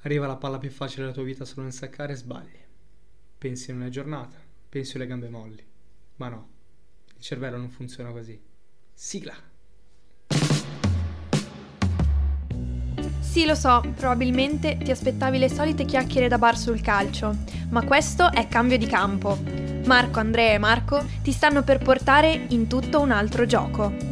Arriva la palla più facile della tua vita solo nel saccare e sbagli. Pensi in una giornata, pensi alle gambe molli. Ma no, il cervello non funziona così. Sigla! Sì, lo so, probabilmente ti aspettavi le solite chiacchiere da bar sul calcio, ma questo è cambio di campo. Marco, Andrea e Marco ti stanno per portare in tutto un altro gioco.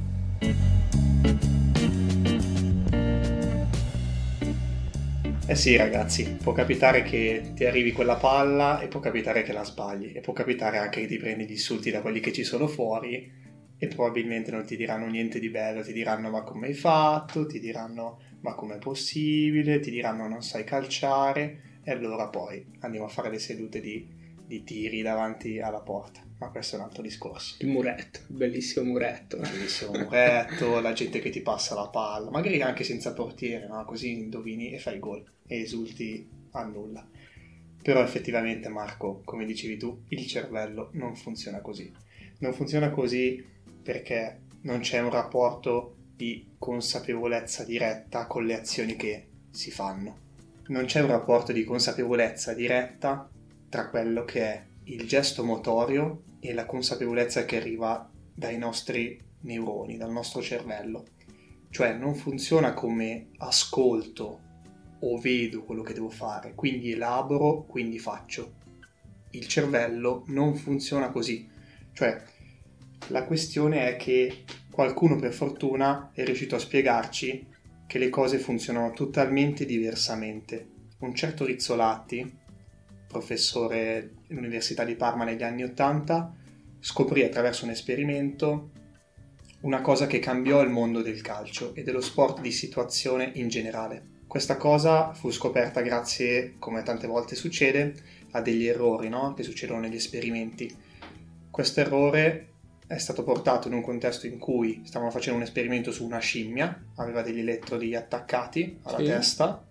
Eh sì ragazzi, può capitare che ti arrivi quella palla e può capitare che la sbagli e può capitare anche che ti prendi gli insulti da quelli che ci sono fuori e probabilmente non ti diranno niente di bello, ti diranno ma come hai fatto, ti diranno ma com'è possibile, ti diranno non sai calciare e allora poi andiamo a fare le sedute di tiri davanti alla porta, ma questo è un altro discorso. Il muretto, il bellissimo muretto. Bellissimo muretto, la gente che ti passa la palla, magari anche senza portiere, no? Così indovini e fai gol e esulti a nulla. Però effettivamente Marco, come dicevi tu, il cervello non funziona così. Non funziona così perché non c'è un rapporto di consapevolezza diretta con le azioni che si fanno. Non c'è un rapporto di consapevolezza diretta tra quello che è il gesto motorio e la consapevolezza che arriva dai nostri neuroni, dal nostro cervello. Cioè non funziona come ascolto o vedo quello che devo fare, quindi elaboro, quindi faccio. Il cervello non funziona così. Cioè la questione è che qualcuno per fortuna è riuscito a spiegarci che le cose funzionano totalmente diversamente. Un certo Rizzolatti, professore all'Università di Parma negli anni '80, scoprì attraverso un esperimento una cosa che cambiò il mondo del calcio e dello sport di situazione in generale. Questa cosa fu scoperta grazie, come tante volte succede, a degli errori, no? Che succedono negli esperimenti. Questo errore è stato portato in un contesto in cui stavano facendo un esperimento su una scimmia, aveva degli elettrodi attaccati alla testa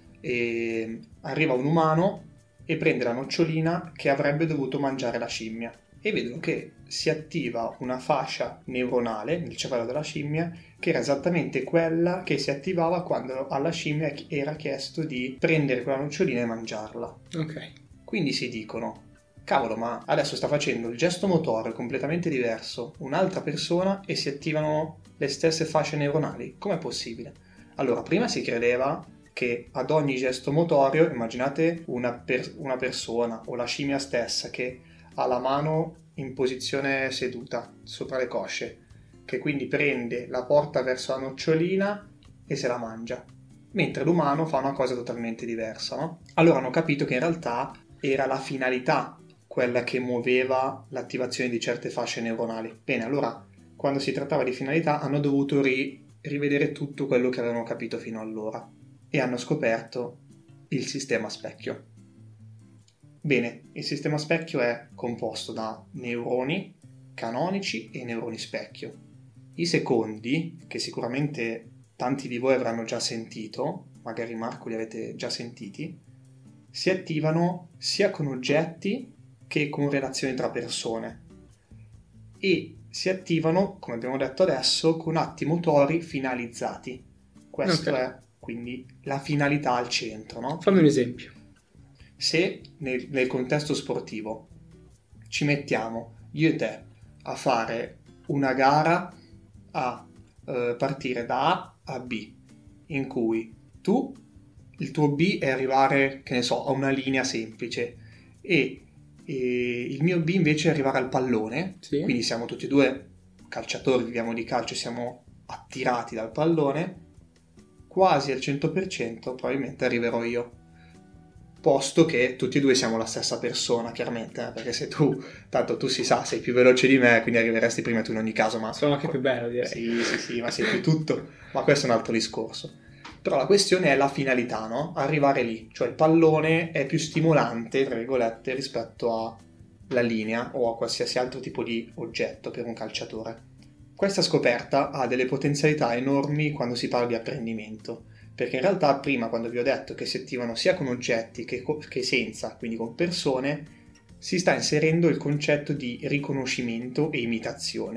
e arriva un umano e prende la nocciolina che avrebbe dovuto mangiare la scimmia e vedono che si attiva una fascia neuronale nel cervello della scimmia che era esattamente quella che si attivava quando alla scimmia era chiesto di prendere quella nocciolina e mangiarla. Ok. Quindi si dicono, cavolo, ma adesso sta facendo il gesto motorio completamente diverso un'altra persona e si attivano le stesse fasce neuronali. Com'è possibile? Allora, prima si credeva che ad ogni gesto motorio, immaginate una persona o la scimmia stessa che ha la mano in posizione seduta sopra le cosce, che quindi prende, la porta verso la nocciolina e se la mangia, mentre l'umano fa una cosa totalmente diversa, no? Allora hanno capito che in realtà era la finalità quella che muoveva l'attivazione di certe fasce neuronali. Bene, allora quando si trattava di finalità hanno dovuto rivedere tutto quello che avevano capito fino allora e hanno scoperto il sistema specchio. Bene, il sistema specchio è composto da neuroni canonici e neuroni specchio. I secondi, che sicuramente tanti di voi avranno già sentito, magari Marco li avete già sentiti, si attivano sia con oggetti che con relazioni tra persone e si attivano, come abbiamo detto adesso, con atti motori finalizzati. Questo è quindi la finalità al centro, no? Fammi un esempio. Se nel contesto sportivo ci mettiamo io e te a fare una gara a partire da A a B, in cui il tuo B è arrivare, che ne so, a una linea semplice e il mio B invece è arrivare al pallone, quindi siamo tutti e due calciatori, viviamo di calcio, siamo attirati dal pallone, quasi al 100% probabilmente arriverò io, posto che tutti e due siamo la stessa persona, chiaramente, perché se tanto tu si sa, sei più veloce di me, quindi arriveresti prima tu in ogni caso, ma sono anche più bello, direi. Sì, ma sei più tutto, ma questo è un altro discorso. Però la questione è la finalità, no? Arrivare lì, cioè il pallone è più stimolante, tra virgolette, rispetto alla linea o a qualsiasi altro tipo di oggetto per un calciatore. Questa scoperta ha delle potenzialità enormi quando si parla di apprendimento, perché in realtà prima, quando vi ho detto che si attivano sia con oggetti che senza, quindi con persone, si sta inserendo il concetto di riconoscimento e imitazione.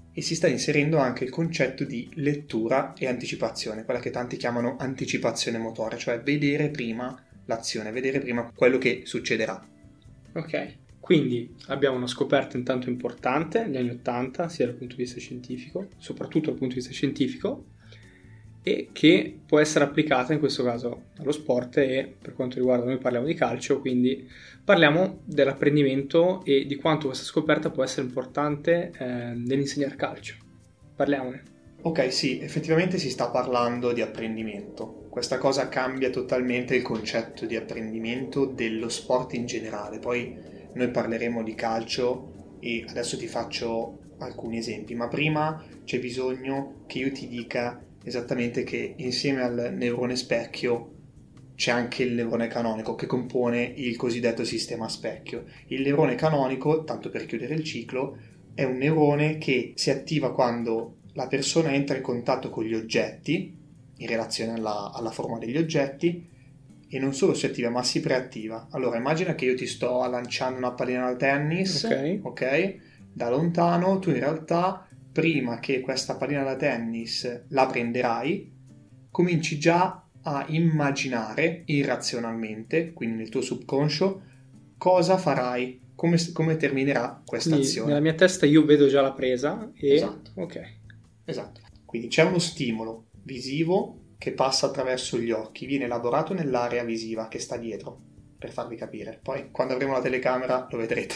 e si sta inserendo anche il concetto di lettura e anticipazione, quella che tanti chiamano anticipazione motoria, cioè vedere prima l'azione, vedere prima quello che succederà. Ok, quindi abbiamo una scoperta intanto importante negli anni 80, sia dal punto di vista scientifico, soprattutto dal punto di vista scientifico, e che può essere applicata in questo caso allo sport, e per quanto riguarda noi parliamo di calcio, quindi parliamo dell'apprendimento e di quanto questa scoperta può essere importante nell'insegnare calcio. Parliamone. Ok, sì, effettivamente si sta parlando di apprendimento. Questa cosa cambia totalmente il concetto di apprendimento dello sport in generale. Poi noi parleremo di calcio e adesso ti faccio alcuni esempi, ma prima c'è bisogno che io ti dica esattamente che insieme al neurone specchio c'è anche il neurone canonico che compone il cosiddetto sistema specchio. Il neurone canonico, tanto per chiudere il ciclo, è un neurone che si attiva quando la persona entra in contatto con gli oggetti, in relazione alla forma degli oggetti, e non solo si attiva ma si preattiva. Allora immagina che io ti sto lanciando una pallina da tennis, ok? Da lontano tu in realtà, prima che questa pallina da tennis la prenderai, cominci già a immaginare irrazionalmente, quindi nel tuo subconscio, cosa farai, come terminerà questa azione. Nella mia testa io vedo già la presa e... Esatto. Ok. Esatto. Quindi c'è uno stimolo visivo che passa attraverso gli occhi, viene elaborato nell'area visiva che sta dietro, per farvi capire. Poi quando avremo la telecamera lo vedrete.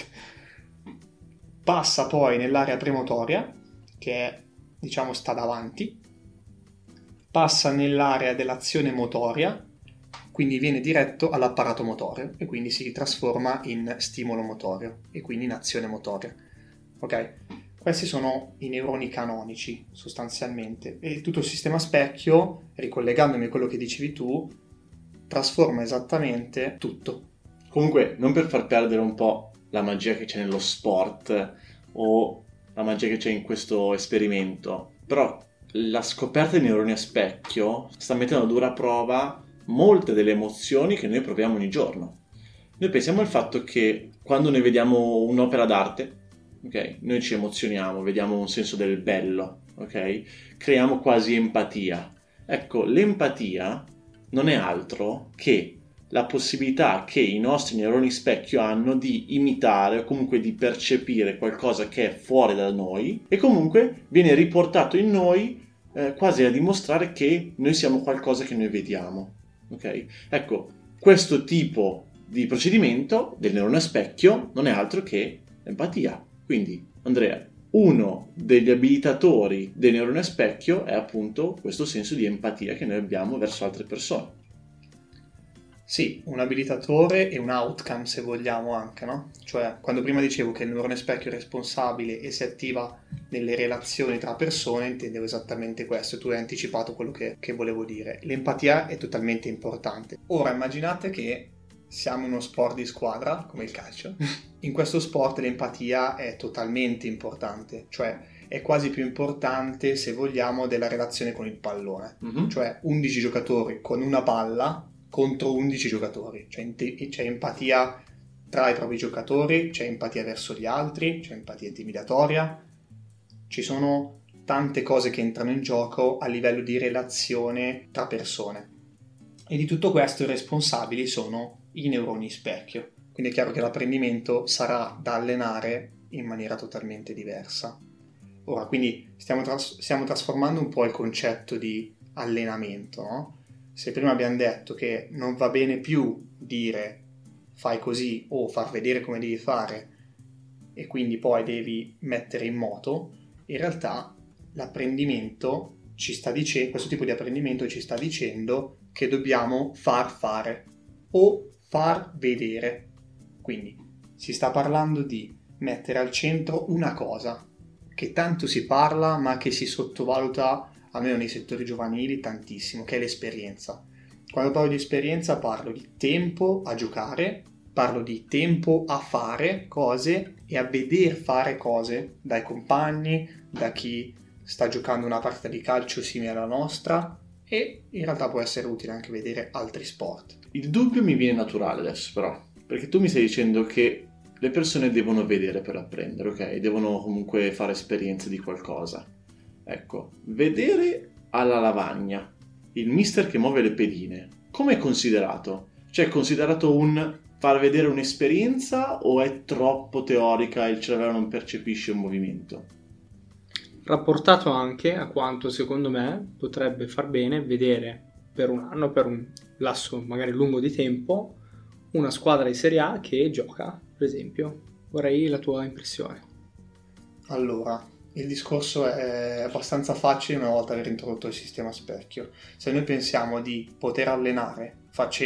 Passa poi nell'area premotoria, che è, diciamo, sta davanti, passa nell'area dell'azione motoria, quindi viene diretto all'apparato motorio e quindi si trasforma in stimolo motorio e quindi in azione motoria. Ok? Questi sono i neuroni canonici sostanzialmente, e tutto il sistema specchio, ricollegandomi a quello che dicevi tu, trasforma esattamente tutto. Comunque, non per far perdere un po' la magia che c'è nello sport o la magia che c'è in questo esperimento, però la scoperta dei neuroni a specchio sta mettendo a dura prova molte delle emozioni che noi proviamo ogni giorno. Noi pensiamo al fatto che quando noi vediamo un'opera d'arte, ok, noi ci emozioniamo, vediamo un senso del bello, ok? Creiamo quasi empatia. Ecco, l'empatia non è altro che la possibilità che i nostri neuroni specchio hanno di imitare o comunque di percepire qualcosa che è fuori da noi e comunque viene riportato in noi quasi a dimostrare che noi siamo qualcosa che noi vediamo, ok? Ecco, questo tipo di procedimento del neurone specchio non è altro che l'empatia. Quindi, Andrea, uno degli abilitatori del neurone specchio è appunto questo senso di empatia che noi abbiamo verso altre persone. Sì, un abilitatore e un outcome, se vogliamo, anche, no? Cioè, quando prima dicevo che il neurone specchio è responsabile e si attiva nelle relazioni tra persone, intendevo esattamente questo. Tu hai anticipato quello che volevo dire. L'empatia è totalmente importante. Ora, immaginate che siamo in uno sport di squadra, come il calcio. In questo sport l'empatia è totalmente importante, cioè è quasi più importante, se vogliamo, della relazione con il pallone. Mm-hmm. Cioè 11 giocatori con una palla contro 11 giocatori. C'è empatia tra i propri giocatori, c'è empatia verso gli altri, c'è empatia intimidatoria. Ci sono tante cose che entrano in gioco a livello di relazione tra persone. E di tutto questo i responsabili sono i neuroni specchio. Quindi è chiaro che l'apprendimento sarà da allenare in maniera totalmente diversa. Ora, quindi stiamo trasformando un po' il concetto di allenamento, no? Se prima abbiamo detto che non va bene più dire fai così o far vedere come devi fare e quindi poi devi mettere in moto, in realtà l'apprendimento ci sta dicendo, questo tipo di apprendimento ci sta dicendo che dobbiamo far fare o far vedere. Quindi si sta parlando di mettere al centro una cosa che tanto si parla ma che si sottovaluta, almeno nei settori giovanili, tantissimo, che è l'esperienza. Quando parlo di esperienza parlo di tempo a giocare, parlo di tempo a fare cose e a veder fare cose dai compagni, da chi sta giocando una partita di calcio simile alla nostra, e in realtà può essere utile anche vedere altri sport. Il dubbio mi viene naturale adesso però, perché tu mi stai dicendo che le persone devono vedere per apprendere, ok? Devono comunque fare esperienze di qualcosa. Ecco, vedere alla lavagna, il mister che muove le pedine, come è considerato? Cioè è considerato un far vedere un'esperienza o è troppo teorica e il cervello non percepisce un movimento? Rapportato anche a quanto secondo me potrebbe far bene vedere per un anno, per un lasso magari lungo di tempo, una squadra di Serie A che gioca, per esempio. Vorrei la tua impressione. Allora, il discorso è abbastanza facile una volta aver introdotto il sistema specchio. Se noi pensiamo di poter allenare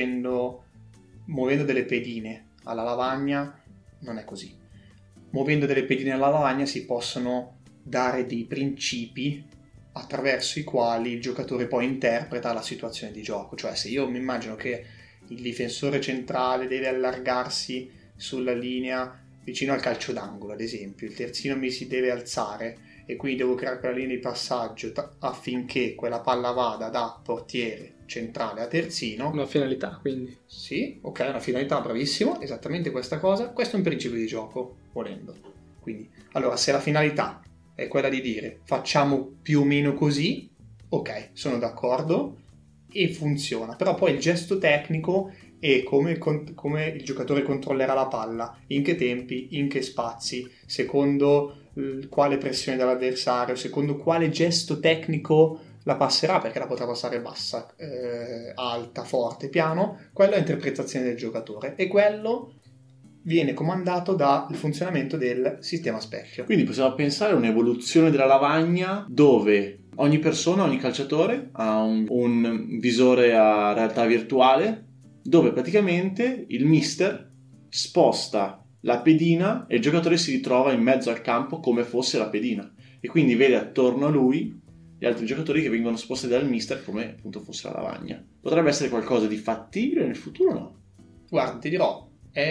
muovendo delle pedine alla lavagna, non è così. Muovendo delle pedine alla lavagna si possono dare dei principi attraverso i quali il giocatore poi interpreta la situazione di gioco. Cioè, se io mi immagino che il difensore centrale deve allargarsi sulla linea vicino al calcio d'angolo, ad esempio, il terzino mi si deve alzare e quindi devo creare quella linea di passaggio affinché quella palla vada da portiere centrale a terzino. Una finalità, quindi. Sì, ok, una finalità, bravissimo, esattamente questa cosa. Questo è un principio di gioco, volendo. Quindi, allora, se la finalità è quella di dire facciamo più o meno così, ok, sono d'accordo e funziona. Però poi il gesto tecnico e come il giocatore controllerà la palla, in che tempi, in che spazi, secondo quale pressione dell'avversario, secondo quale gesto tecnico la passerà, perché la potrà passare bassa, alta, forte, piano. Quella è l'interpretazione del giocatore e quello viene comandato dal funzionamento del sistema specchio. Quindi possiamo pensare a un'evoluzione della lavagna dove ogni persona, ogni calciatore ha un visore a realtà virtuale dove praticamente il mister sposta la pedina e il giocatore si ritrova in mezzo al campo come fosse la pedina e quindi vede attorno a lui gli altri giocatori che vengono spostati dal mister come appunto fosse la lavagna. Potrebbe essere qualcosa di fattibile nel futuro o no? Guarda, ti dirò,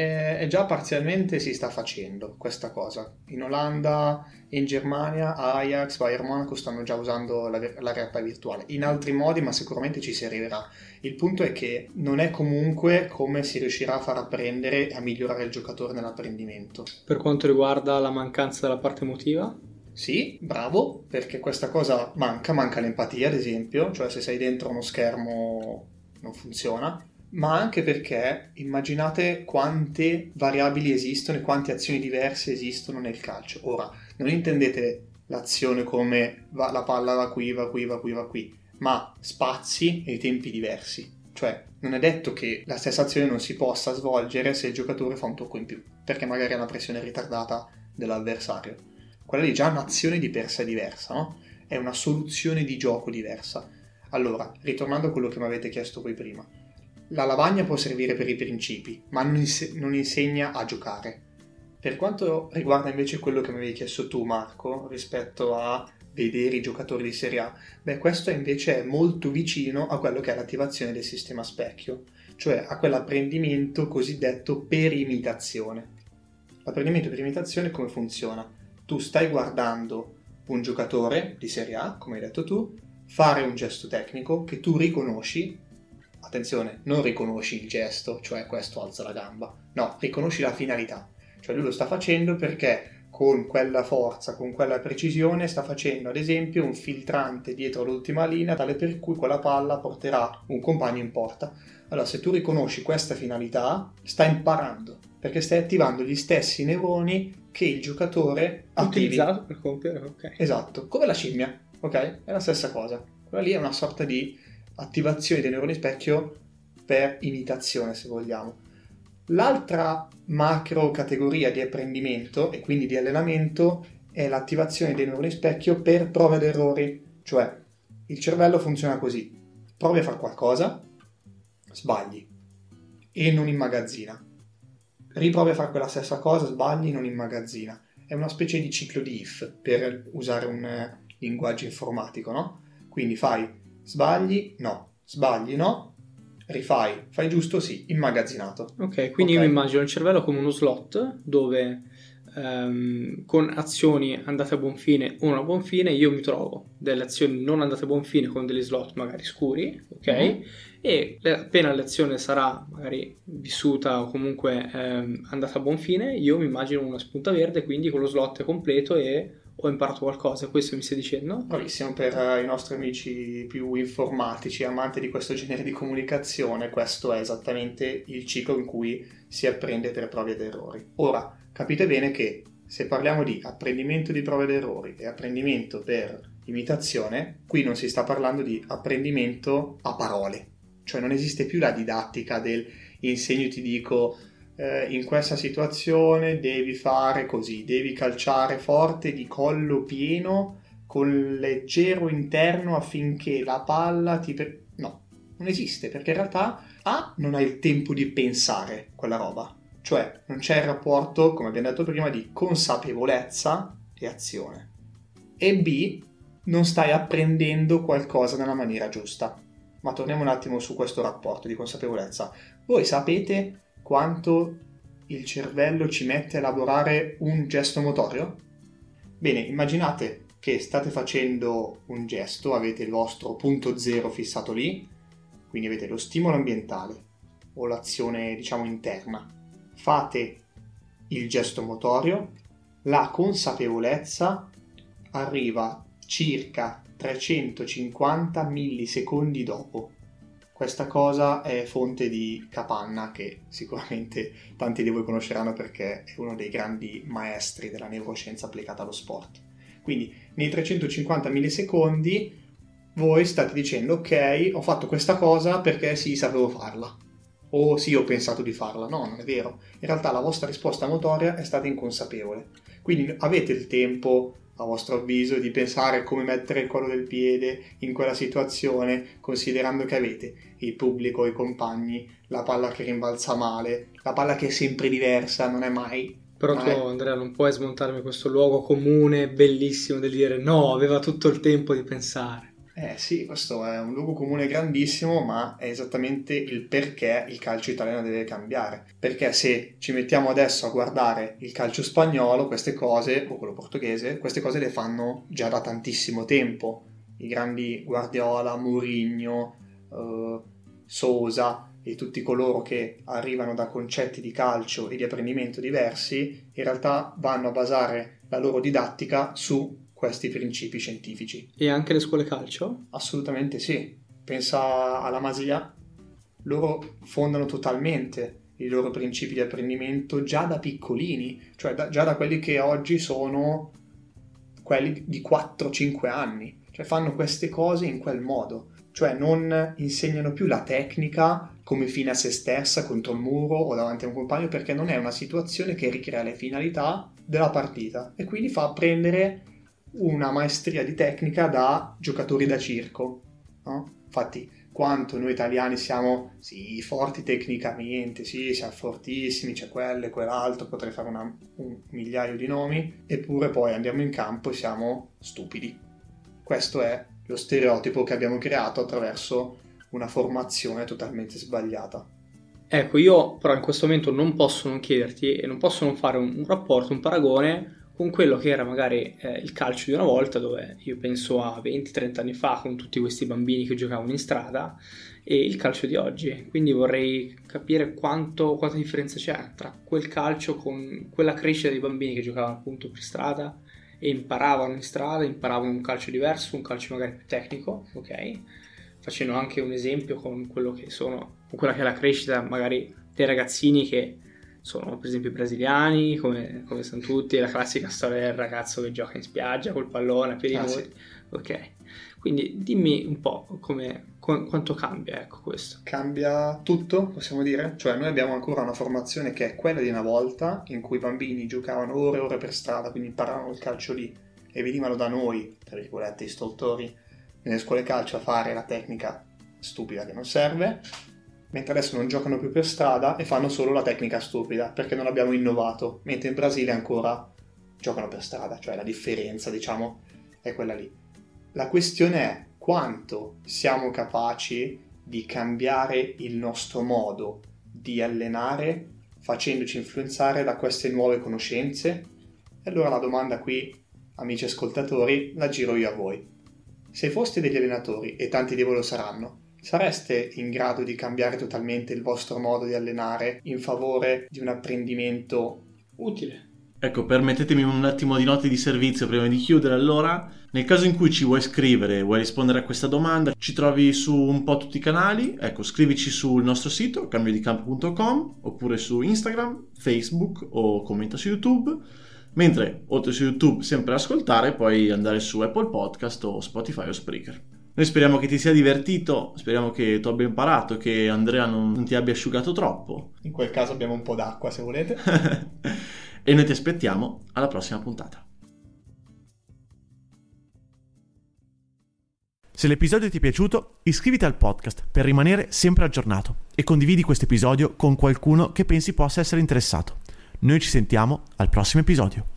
è già parzialmente si sta facendo questa cosa. In Olanda, in Germania, Ajax, Bayern Monaco stanno già usando la realtà virtuale. In altri modi, ma sicuramente ci si arriverà. Il punto è che non è comunque come si riuscirà a far apprendere e a migliorare il giocatore nell'apprendimento. Per quanto riguarda la mancanza della parte emotiva? Sì, bravo, perché questa cosa manca l'empatia, ad esempio, cioè se sei dentro uno schermo non funziona. Ma anche perché immaginate quante variabili esistono e quante azioni diverse esistono nel calcio. Ora, non intendete l'azione come la palla va qui, ma spazi e tempi diversi. Cioè, non è detto che la stessa azione non si possa svolgere se il giocatore fa un tocco in più, perché magari ha una pressione ritardata dell'avversario. Quella lì è già un'azione di per sé diversa, no? È una soluzione di gioco diversa. Allora, ritornando a quello che mi avete chiesto voi prima, la lavagna può servire per i principi, ma non insegna a giocare. Per quanto riguarda invece quello che mi avevi chiesto tu, Marco, rispetto a vedere i giocatori di Serie A, questo invece è molto vicino a quello che è l'attivazione del sistema specchio, cioè a quell'apprendimento cosiddetto per imitazione. L'apprendimento per imitazione come funziona? Tu stai guardando un giocatore di Serie A, come hai detto tu, fare un gesto tecnico che tu riconosci. Attenzione, non riconosci il gesto, cioè questo alza la gamba, no, riconosci la finalità, cioè lui lo sta facendo perché con quella forza, con quella precisione sta facendo ad esempio un filtrante dietro l'ultima linea tale per cui quella palla porterà un compagno in porta. Allora se tu riconosci questa finalità stai imparando perché stai attivando gli stessi neuroni che il giocatore utilizzato per compiere, ok. Esatto, come la scimmia, ok? È la stessa cosa, quella lì è una sorta di attivazione dei neuroni specchio per imitazione, se vogliamo. L'altra macro categoria di apprendimento e quindi di allenamento è l'attivazione dei neuroni specchio per prove ed errori, cioè il cervello funziona così: provi a fare qualcosa, sbagli e non immagazzina, riprovi a fare quella stessa cosa, sbagli, non immagazzina. È una specie di ciclo di if, per usare un linguaggio informatico, no? Quindi fai sbagli, no, rifai, fai giusto, sì, immagazzinato. Ok, quindi io mi immagino il cervello come uno slot dove con azioni andate a buon fine o non a buon fine. Io mi trovo delle azioni non andate a buon fine con degli slot magari scuri, ok? E appena l'azione sarà magari vissuta o comunque andata a buon fine, io mi immagino una spunta verde, quindi con lo slot è completo e ho imparato qualcosa. Questo mi stai dicendo? Bravissimo. Per i nostri amici più informatici, amanti di questo genere di comunicazione, questo è esattamente il ciclo in cui si apprende per prove ed errori. Ora, capite bene che se parliamo di apprendimento di prove ed errori e apprendimento per imitazione, qui non si sta parlando di apprendimento a parole, cioè non esiste più la didattica del insegno, ti dico in questa situazione devi fare così, devi calciare forte di collo pieno con leggero interno affinché la palla no, non esiste, perché in realtà non hai il tempo di pensare quella roba. Cioè non c'è il rapporto, come abbiamo detto prima, di consapevolezza e azione. E B, non stai apprendendo qualcosa nella maniera giusta. Ma torniamo un attimo su questo rapporto di consapevolezza. Voi sapete quanto il cervello ci mette a elaborare un gesto motorio? Bene, immaginate che state facendo un gesto, avete il vostro punto zero fissato lì, quindi avete lo stimolo ambientale o l'azione, diciamo, interna. Fate il gesto motorio, la consapevolezza arriva circa 350 millisecondi dopo. Questa cosa è fonte di Capanna, che sicuramente tanti di voi conosceranno perché è uno dei grandi maestri della neuroscienza applicata allo sport. Quindi nei 350 millisecondi voi state dicendo ok, ho fatto questa cosa perché sì, sapevo farla. O sì, ho pensato di farla. No, non è vero. In realtà la vostra risposta motoria è stata inconsapevole. Quindi avete il tempo, a vostro avviso, di pensare come mettere il collo del piede in quella situazione, considerando che avete il pubblico, i compagni, la palla che rimbalza male, la palla che è sempre diversa, non è mai... Però tu, Andrea, non puoi smontarmi questo luogo comune bellissimo del dire no, aveva tutto il tempo di pensare. Sì, questo è un luogo comune grandissimo, ma è esattamente il perché il calcio italiano deve cambiare. Perché se ci mettiamo adesso a guardare il calcio spagnolo, queste cose, o quello portoghese, queste cose le fanno già da tantissimo tempo. I grandi Guardiola, Mourinho, Sousa e tutti coloro che arrivano da concetti di calcio e di apprendimento diversi, in realtà vanno a basare la loro didattica su questi principi scientifici. E anche le scuole calcio? Assolutamente sì. Pensa alla Masia, loro fondano totalmente i loro principi di apprendimento già da piccolini, cioè già da quelli che oggi sono quelli di 4-5 anni, cioè fanno queste cose in quel modo, cioè non insegnano più la tecnica come fine a se stessa contro il muro o davanti a un compagno, perché non è una situazione che ricrea le finalità della partita e quindi fa apprendere una maestria di tecnica da giocatori da circo, no? Infatti quanto noi italiani siamo sì forti tecnicamente, sì siamo fortissimi, c'è quello e quell'altro, potrei fare un migliaio di nomi, eppure poi andiamo in campo e siamo stupidi. Questo è lo stereotipo che abbiamo creato attraverso una formazione totalmente sbagliata. Ecco, io però in questo momento non posso non chiederti e non posso non fare un rapporto, un paragone con quello che era magari il calcio di una volta, dove io penso a 20-30 anni fa, con tutti questi bambini che giocavano in strada, e il calcio di oggi. Quindi vorrei capire quanta differenza c'è tra quel calcio con quella crescita dei bambini che giocavano appunto per strada e imparavano in strada, imparavano un calcio diverso, un calcio magari più tecnico, ok? Facendo anche un esempio con quello che sono, con quella che è la crescita magari dei ragazzini che sono per esempio i brasiliani, come sanno tutti, la classica storia del ragazzo che gioca in spiaggia col pallone a piedi nudi. Sì. Ok, quindi dimmi un po' quanto cambia, ecco, questo. Cambia tutto, possiamo dire? Cioè noi abbiamo ancora una formazione che è quella di una volta, in cui i bambini giocavano ore e ore per strada, quindi imparavano il calcio lì e venivano da noi, tra virgolette, istruttori nelle scuole calcio a fare la tecnica stupida che non serve, mentre adesso non giocano più per strada e fanno solo la tecnica stupida perché non abbiamo innovato, mentre in Brasile ancora giocano per strada, cioè la differenza, diciamo, è quella lì. La questione è quanto siamo capaci di cambiare il nostro modo di allenare facendoci influenzare da queste nuove conoscenze E allora la domanda qui, amici ascoltatori, la giro io a voi. Se foste degli allenatori, e tanti di voi lo saranno, sareste in grado di cambiare totalmente il vostro modo di allenare in favore di un apprendimento Utile. Ecco, permettetemi un attimo di note di servizio prima di chiudere. Allora, nel caso in cui ci vuoi scrivere, vuoi rispondere a questa domanda, ci trovi su un po' tutti i canali. Ecco, scrivici sul nostro sito cambiodicampo.com, oppure su Instagram, Facebook o commenta su YouTube. Mentre, oltre su YouTube, sempre ascoltare, puoi andare su Apple Podcast o Spotify o Spreaker. Noi speriamo che ti sia divertito, speriamo che tu abbia imparato, che Andrea non ti abbia asciugato troppo. In quel caso abbiamo un po' d'acqua, se volete. E noi ti aspettiamo alla prossima puntata. Se l'episodio ti è piaciuto, iscriviti al podcast per rimanere sempre aggiornato e condividi questo episodio con qualcuno che pensi possa essere interessato. Noi ci sentiamo al prossimo episodio.